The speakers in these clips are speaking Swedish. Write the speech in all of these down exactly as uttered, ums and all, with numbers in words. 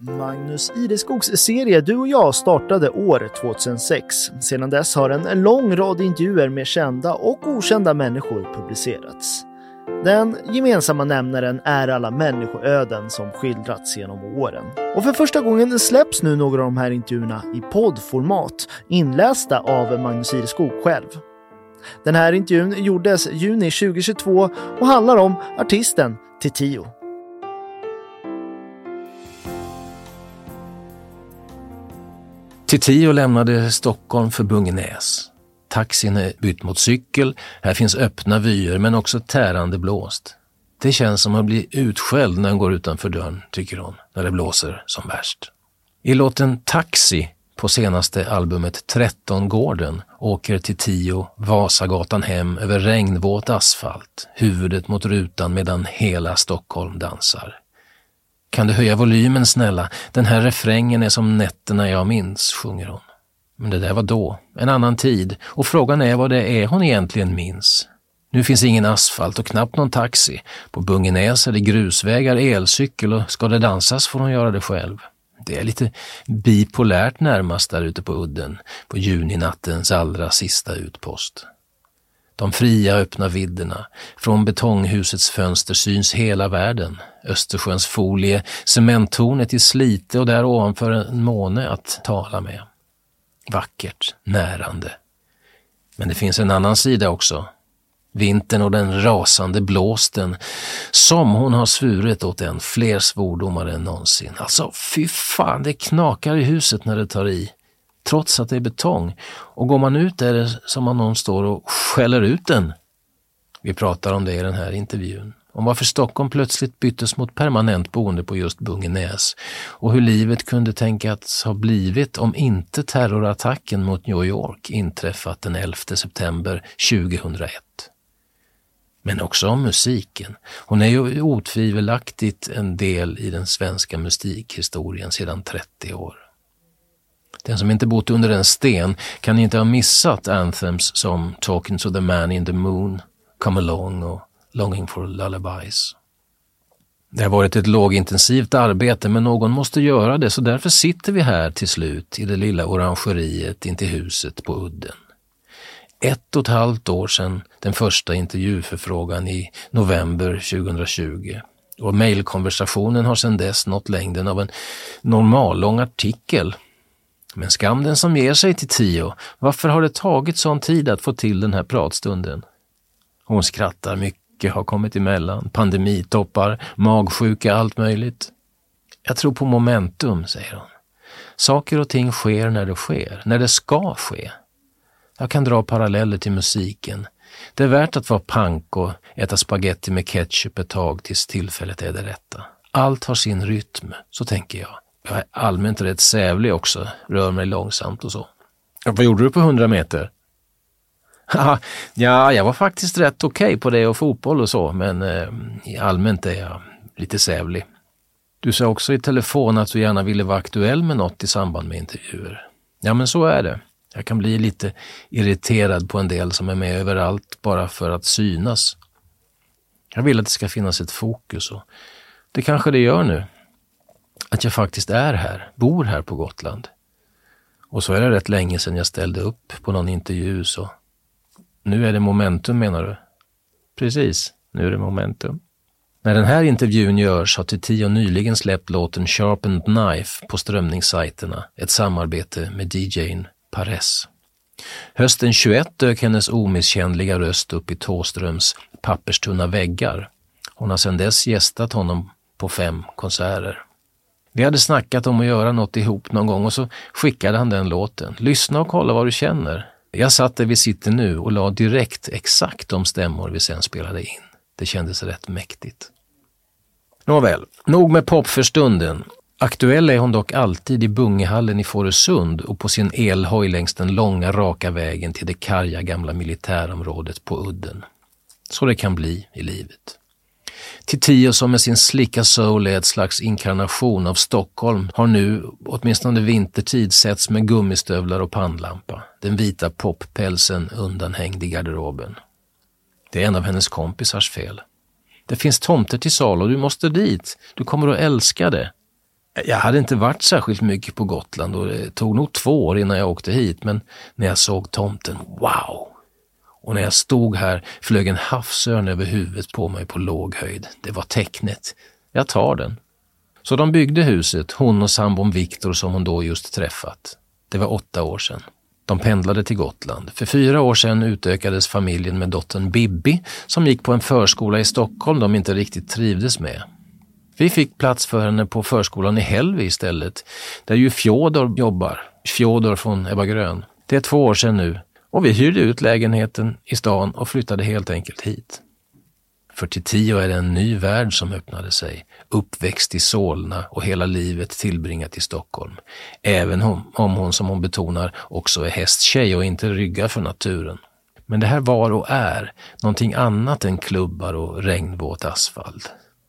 Magnus Ireskogs serie Du och jag startade år tjugohundrasex. Sedan dess har en lång rad intervjuer med kända och okända människor publicerats. Den gemensamma nämnaren är alla människoöden som skildrats genom åren. Och för första gången släpps nu några av de här intervjuerna i poddformat, inlästa av Magnus Ireskog själv. Den här intervjun gjordes juni tjugohundratjugotvå och handlar om artisten Titiyo. Titiyo lämnade Stockholm för Bungenäs. Taxin är bytt mot cykel, här finns öppna vyer men också tärande blåst. Det känns som att bli utskälld när han går utanför dörren, tycker hon, när det blåser som värst. I låten Taxi på senaste albumet Trettongården åker Titiyo Vasagatan hem över regnvåt asfalt, huvudet mot rutan medan hela Stockholm dansar. Kan du höja volymen snälla? Den här refrängen är som nätterna jag minns, sjunger hon. Men det där var då, en annan tid, och frågan är vad det är hon egentligen minns. Nu finns ingen asfalt och knappt någon taxi. På Bungenäs är det grusvägar, elcykel och ska det dansas får hon göra det själv. Det är lite bipolärt närmast där ute på udden, på juninattens allra sista utpost. De fria öppna vidderna, från betonghusets fönster syns hela världen. Östersjöns folie, cementtornet i Slite och där ovanför en måne att tala med. Vackert, närande. Men det finns en annan sida också. Vintern och den rasande blåsten som hon har svurit åt en fler svordomar än någonsin. Alltså fy fan, det knakar i huset när det tar i. Trots att det är betong. Och går man ut är det som om någon står och skäller ut den. Vi pratar om det i den här intervjun. Om varför Stockholm plötsligt byttes mot permanent boende på just Bungenäs. Och hur livet kunde tänkas ha blivit om inte terrorattacken mot New York inträffat den elfte september tjugohundraett. Men också om musiken. Hon är ju otvivelaktigt en del i den svenska musikhistorien sedan trettio år. Den som inte bott under en sten kan inte ha missat anthems som Talking to the Man in the Moon, Come Along och Longing for Lullabies. Det har varit ett lågintensivt arbete men någon måste göra det så därför sitter vi här till slut i det lilla orangeriet intill huset på udden. Ett och ett halvt år sedan den första intervjuförfrågan i november tjugohundratjugo och mejlkonversationen har sedan dess nått längden av en normal lång artikel. Men skam den som ger sig till Titiyo, varför har det tagit sån tid att få till den här pratstunden? Hon skrattar, mycket har kommit emellan, pandemitoppar, magsjuka, allt möjligt. Jag tror på momentum, säger hon. Saker och ting sker när det sker, när det ska ske. Jag kan dra paralleller till musiken. Det är värt att vara pank och äta spaghetti med ketchup ett tag tills tillfället är det rätta. Allt har sin rytm, så tänker jag. Jag är allmänt rätt sävlig också, rör mig långsamt och så. Vad gjorde du på hundra meter? Ja, jag var faktiskt rätt okej okay på det och fotboll och så, men eh, allmänt är jag lite sävlig. Du sa också i telefon att du gärna ville vara aktuell med något i samband med intervjuer. Ja, men så är det. Jag kan bli lite irriterad på en del som är med överallt bara för att synas. Jag vill att det ska finnas ett fokus och det kanske det gör nu. Att jag faktiskt är här, bor här på Gotland. Och så är det rätt länge sedan jag ställde upp på någon intervju så. Nu är det momentum, menar du? Precis, nu är det momentum. När den här intervjun görs har Titiyo nyligen släppt låten Sharpened Knife på strömningssajterna, ett samarbete med D J:n Pares. Hösten tjugoett dök hennes omisskännliga röst upp i Thåströms papperstunna väggar. Hon har sedan dess gästat honom på fem konserter. Vi hade snackat om att göra något ihop någon gång och så skickade han den låten. Lyssna och kolla vad du känner. Jag satt där vi sitter nu och la direkt exakt de stämmor vi sen spelade in. Det kändes rätt mäktigt. Nåväl, nog med pop för stunden. Aktuell är hon dock alltid i Bungehallen i Fårösund och på sin elhoj längs den långa raka vägen till det karga gamla militärområdet på udden. Så det kan bli i livet. Titiyo som med sin slicka soul är ett slags inkarnation av Stockholm har nu, åtminstone vintertid, setts med gummistövlar och pannlampa. Den vita poppälsen undanhängd i garderoben. Det är en av hennes kompisars fel. Det finns tomter till sal och du måste dit. Du kommer att älska det. Jag hade inte varit särskilt mycket på Gotland och det tog nog två år innan jag åkte hit, men när jag såg tomten, wow! Och när jag stod här flög en havsörn över huvudet på mig på låg höjd. Det var tecknet. Jag tar den. Så de byggde huset, hon och sambon Viktor som hon då just träffat. Det var åtta år sedan. De pendlade till Gotland. För fyra år sedan utökades familjen med dottern Bibi som gick på en förskola i Stockholm de inte riktigt trivdes med. Vi fick plats för henne på förskolan i Hällby istället, där ju Fjodor jobbar. Fjodor från Ebba Grön. Det är två år sedan nu och vi hyrde ut lägenheten i stan och flyttade helt enkelt hit. För till tio är det en ny värld som öppnade sig, uppväxt i Solna och hela livet tillbringat i Stockholm. Även om, om hon som hon betonar också är hästtjej och inte ryggar för naturen. Men det här var och är någonting annat än klubbar och regnvåt asfalt.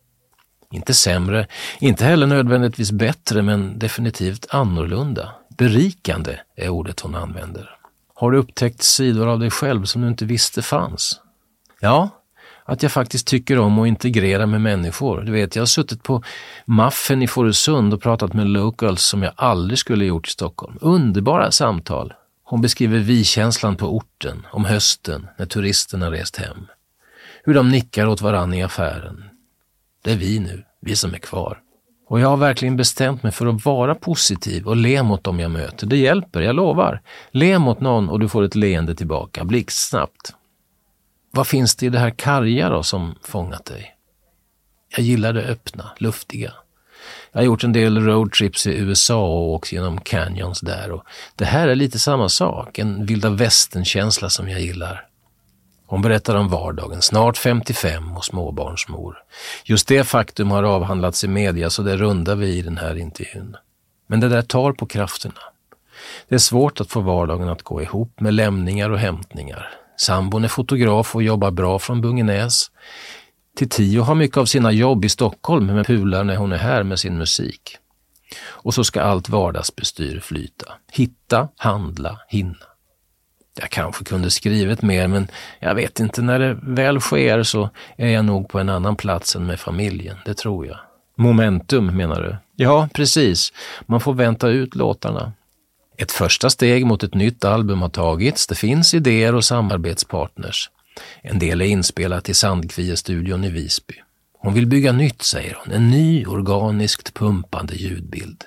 Inte sämre, inte heller nödvändigtvis bättre, men definitivt annorlunda. Berikande är ordet hon använder. Har du upptäckt sidor av dig själv som du inte visste fanns? Ja, att jag faktiskt tycker om att integrera med människor. Du vet, jag har suttit på Maffen i Fårösund och pratat med locals som jag aldrig skulle gjort i Stockholm. Underbara samtal. Hon beskriver vi-känslan på orten, om hösten när turisterna rest hem. Hur de nickar åt varann i affären. Det är vi nu, vi som är kvar. Och jag har verkligen bestämt mig för att vara positiv och le mot dem jag möter. Det hjälper, jag lovar. Le mot någon och du får ett leende tillbaka, blixtsnabbt. Vad finns det i det här karga då som fångat dig? Jag gillar det öppna, luftiga. Jag har gjort en del roadtrips i U S A och åkt genom canyons där. Och det här är lite samma sak, en vilda västern-känsla som jag gillar. Hon berättar om vardagen, snart femtiofem och småbarnsmor. Just det faktum har avhandlats i media så det rundar vi i den här intervjun. Men det där tar på krafterna. Det är svårt att få vardagen att gå ihop med lämningar och hämtningar. Sambon är fotograf och jobbar bra från Bungenäs. Tio har mycket av sina jobb i Stockholm med pular när hon är här med sin musik. Och så ska allt vardagsbestyr flyta. Hitta, handla, hinna. Jag kanske kunde skrivit mer, men jag vet inte, när det väl sker så är jag nog på en annan plats än med familjen, det tror jag. Momentum menar du? Ja, precis. Man får vänta ut låtarna. Ett första steg mot ett nytt album har tagits. Det finns idéer och samarbetspartners. En del är inspelat i Sandkvie-studion i Visby. Hon vill bygga nytt, säger hon. En ny, organiskt pumpande ljudbild.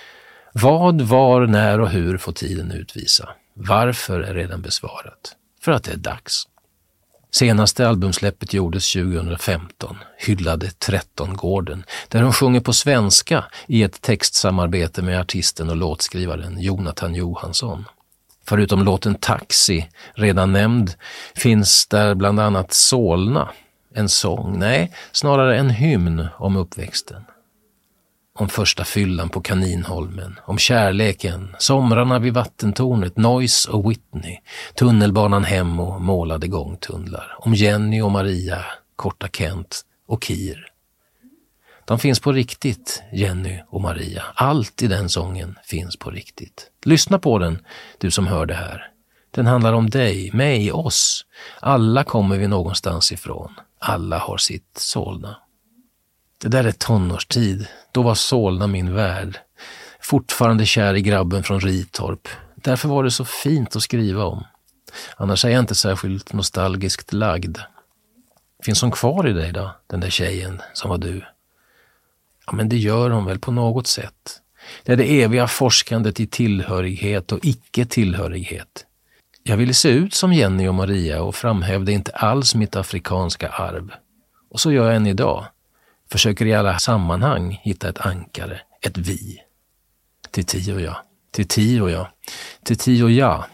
Vad, var, när och hur får tiden utvisa? Varför är redan besvarat? För att det är dags. Senaste albumsläppet gjordes tjugohundrafemton, Hyllade Trettongården, där hon sjunger på svenska i ett textsamarbete med artisten och låtskrivaren Jonathan Johansson. Förutom låten Taxi, redan nämnd, finns där bland annat Solna, en sång, nej, snarare en hymn om uppväxten. Om första fyllan på Kaninholmen, om kärleken, somrarna vid vattentornet, Noise och Whitney, tunnelbanan hem och målade gångtunnlar, om Jenny och Maria, korta Kent och Kir. De finns på riktigt, Jenny och Maria. Allt i den sången finns på riktigt. Lyssna på den, du som hör det här. Den handlar om dig, mig, oss. Alla kommer vi någonstans ifrån. Alla har sitt Solna. Det där är tonårstid. Då var Solna min värld. Fortfarande kär i grabben från Ritorp. Därför var det så fint att skriva om. Annars är jag inte särskilt nostalgiskt lagd. Finns hon kvar i dig då, den där tjejen som var du? Ja, men det gör hon väl på något sätt. Det är det eviga forskandet i tillhörighet och icke-tillhörighet. Jag ville se ut som Jenny och Maria och framhävde inte alls mitt afrikanska arv. Och så gör jag än idag. Försöker i alla sammanhang hitta ett ankare, ett vi. Till tio och jag, till tio och jag, till tio och jag.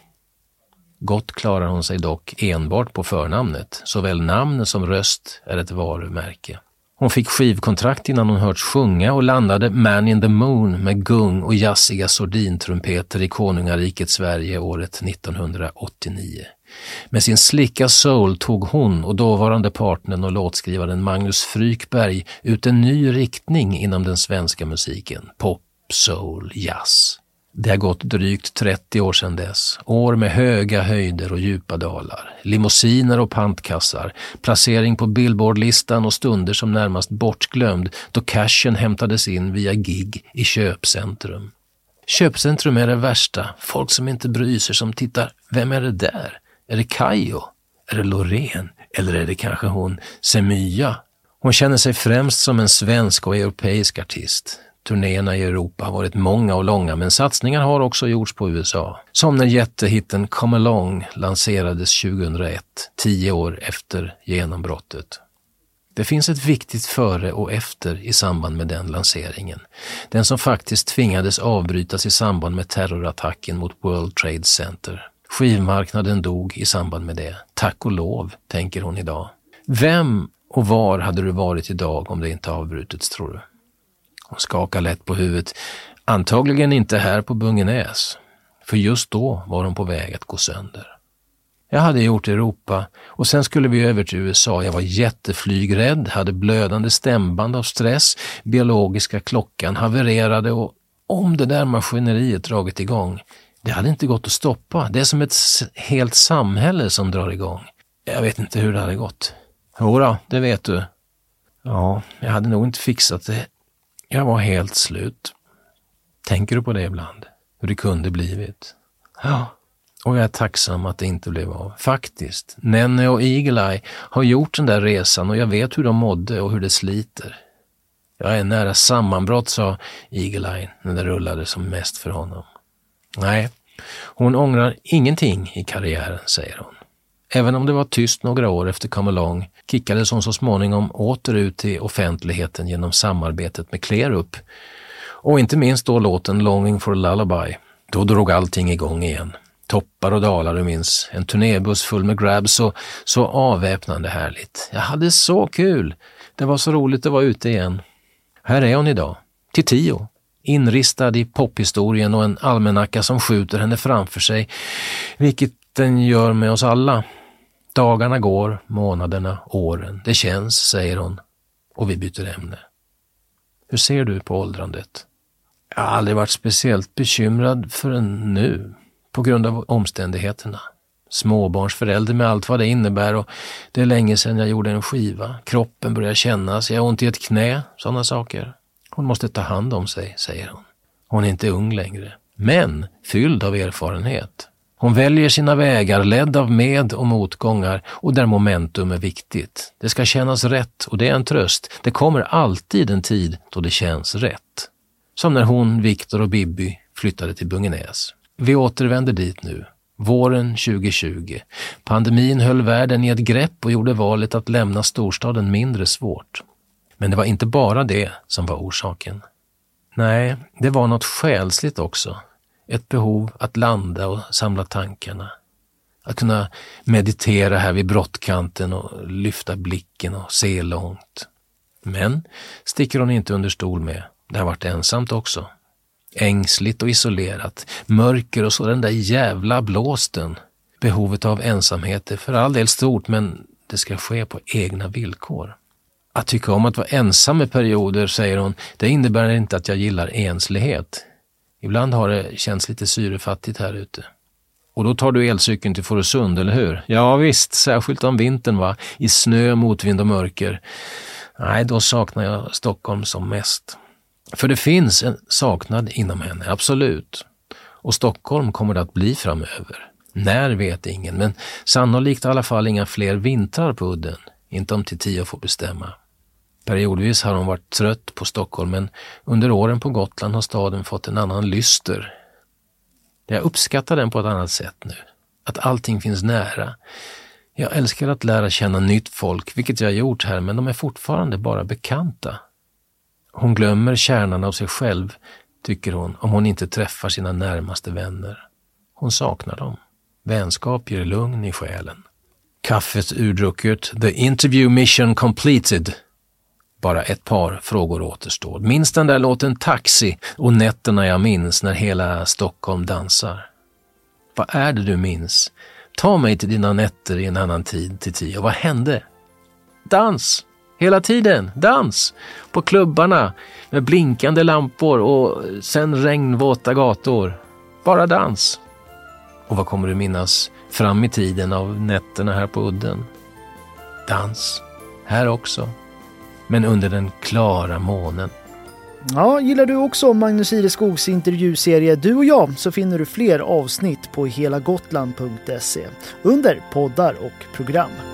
Gott klarar hon sig dock enbart på förnamnet. Såväl namn som röst är ett varumärke. Hon fick skivkontrakt innan hon hört sjunga och landade Man in the Moon med gung och jazziga sordintrumpeter i konungariket Sverige året nittonhundraåttionio. Med sin slicka soul tog hon och dåvarande partnern och låtskrivaren Magnus Frykberg ut en ny riktning inom den svenska musiken. Pop, soul, jazz. Det har gått drygt trettio år sedan dess. År med höga höjder och djupa dalar. Limousiner och pantkassar. Placering på Billboardlistan och stunder som närmast bortglömd då cashen hämtades in via gig i köpcentrum. Köpcentrum är det värsta. Folk som inte bryr sig, som tittar. Vem är det där? Är det Kajo? Är det Loreen? Eller är det kanske hon Semya? Hon känner sig främst som en svensk och europeisk artist. Turnéerna i Europa har varit många och långa, men satsningar har också gjorts på U S A. Som när jättehitten Come Along lanserades tjugohundraett, tio år efter genombrottet. Det finns ett viktigt före och efter i samband med den lanseringen. Den som faktiskt tvingades avbrytas i samband med terrorattacken mot World Trade Center. Skivmarknaden dog i samband med det. Tack och lov, tänker hon idag. Vem och var hade du varit idag om det inte avbrutits, tror du? Hon skakar lätt på huvudet. Antagligen inte här på Bungenäs. För just då var hon på väg att gå sönder. Jag hade gjort Europa och sen skulle vi över till U S A. Jag var jätteflygrädd, hade blödande stämband av stress, biologiska klockan havererade och om det där maskineriet dragit igång, det hade inte gått att stoppa. Det är som ett helt samhälle som drar igång. Jag vet inte hur det hade gått. Jodå, det vet du. Ja, jag hade nog inte fixat det. Jag var helt slut. Tänker du på det ibland? Hur det kunde blivit? Ja. Och jag är tacksam att det inte blev av. Faktiskt. Nenne och Eagle Eye har gjort den där resan och jag vet hur de mådde och hur det sliter. Jag är nära sammanbrott, sa Eagle Eye när det rullade som mest för honom. Nej, hon ångrar ingenting i karriären, säger hon. Även om det var tyst några år efter Come Along kickades hon så småningom åter ut i offentligheten genom samarbetet med Clear Up. Och inte minst då låten Longing for a Lullaby. Då drog allting igång igen. Toppar och dalar, du minns. En turnébuss full med grabs och så avväpnande härligt. Jag hade så kul. Det var så roligt att vara ute igen. Här är hon idag. Till tio. Inristad i pophistorien och en almanacka som skjuter henne framför sig. Vilket den gör med oss alla. Dagarna går, månaderna, åren. Det känns, säger hon. Och vi byter ämne. Hur ser du på åldrandet? Jag har aldrig varit speciellt bekymrad förrän nu. På grund av omständigheterna. Småbarnsförälder med allt vad det innebär och det är länge sedan jag gjorde en skiva. Kroppen börjar kännas, jag har ont i ett knä, sådana saker. Hon måste ta hand om sig, säger hon. Hon är inte ung längre, men fylld av erfarenhet. Hon väljer sina vägar, ledd av med- och motgångar och där momentum är viktigt. Det ska kännas rätt och det är en tröst. Det kommer alltid en tid då det känns rätt. Som när hon, Viktor och Bibi flyttade till Bungenäs. Vi återvänder dit nu. Våren tjugohundratjugo. Pandemin höll världen i ett grepp och gjorde valet att lämna storstaden mindre svårt. Men det var inte bara det som var orsaken. Nej, det var något själsligt också. Ett behov att landa och samla tankarna. Att kunna meditera här vid brottkanten och lyfta blicken och se långt. Men sticker hon inte under stol med. Det har varit ensamt också. Ängsligt och isolerat. Mörker och så den där jävla blåsten. Behovet av ensamhet är för all del stort, men det ska ske på egna villkor. Att tycka om att vara ensam i perioder, säger hon, det innebär inte att jag gillar enslighet. Ibland har det känts lite syrefattigt här ute. Och då tar du elcykeln till Fårösund, eller hur? Ja visst, särskilt om vintern, va? I snö, motvind och mörker. Nej, då saknar jag Stockholm som mest. För det finns en saknad inom henne, absolut. Och Stockholm kommer det att bli framöver. När vet ingen, men sannolikt i alla fall inga fler vintrar på udden. Inte om till tio får bestämma. Periodvis har hon varit trött på Stockholm, men under åren på Gotland har staden fått en annan lyster. Jag uppskattar den på ett annat sätt nu. Att allting finns nära. Jag älskar att lära känna nytt folk, vilket jag har gjort här, men de är fortfarande bara bekanta. Hon glömmer kärnan av sig själv, tycker hon, om hon inte träffar sina närmaste vänner. Hon saknar dem. Vänskap ger lugn i själen. Kaffet urdrucket, the interview mission completed. Bara ett par frågor återstår. Minns den där låten Taxi och nätterna jag minns när hela Stockholm dansar. Vad är det du minns? Ta mig till dina nätter i en annan tid till tio. Vad hände? Dans! Hela tiden, dans! På klubbarna med blinkande lampor och sen regnvåta gator. Bara dans. Och vad kommer du minnas fram i tiden av nätterna här på udden? Dans. Här också. Men under den klara månen. Ja, gillar du också Magnus Ireskogs intervjuserie Du och jag, så finner du fler avsnitt på helagotland punkt se under poddar och program.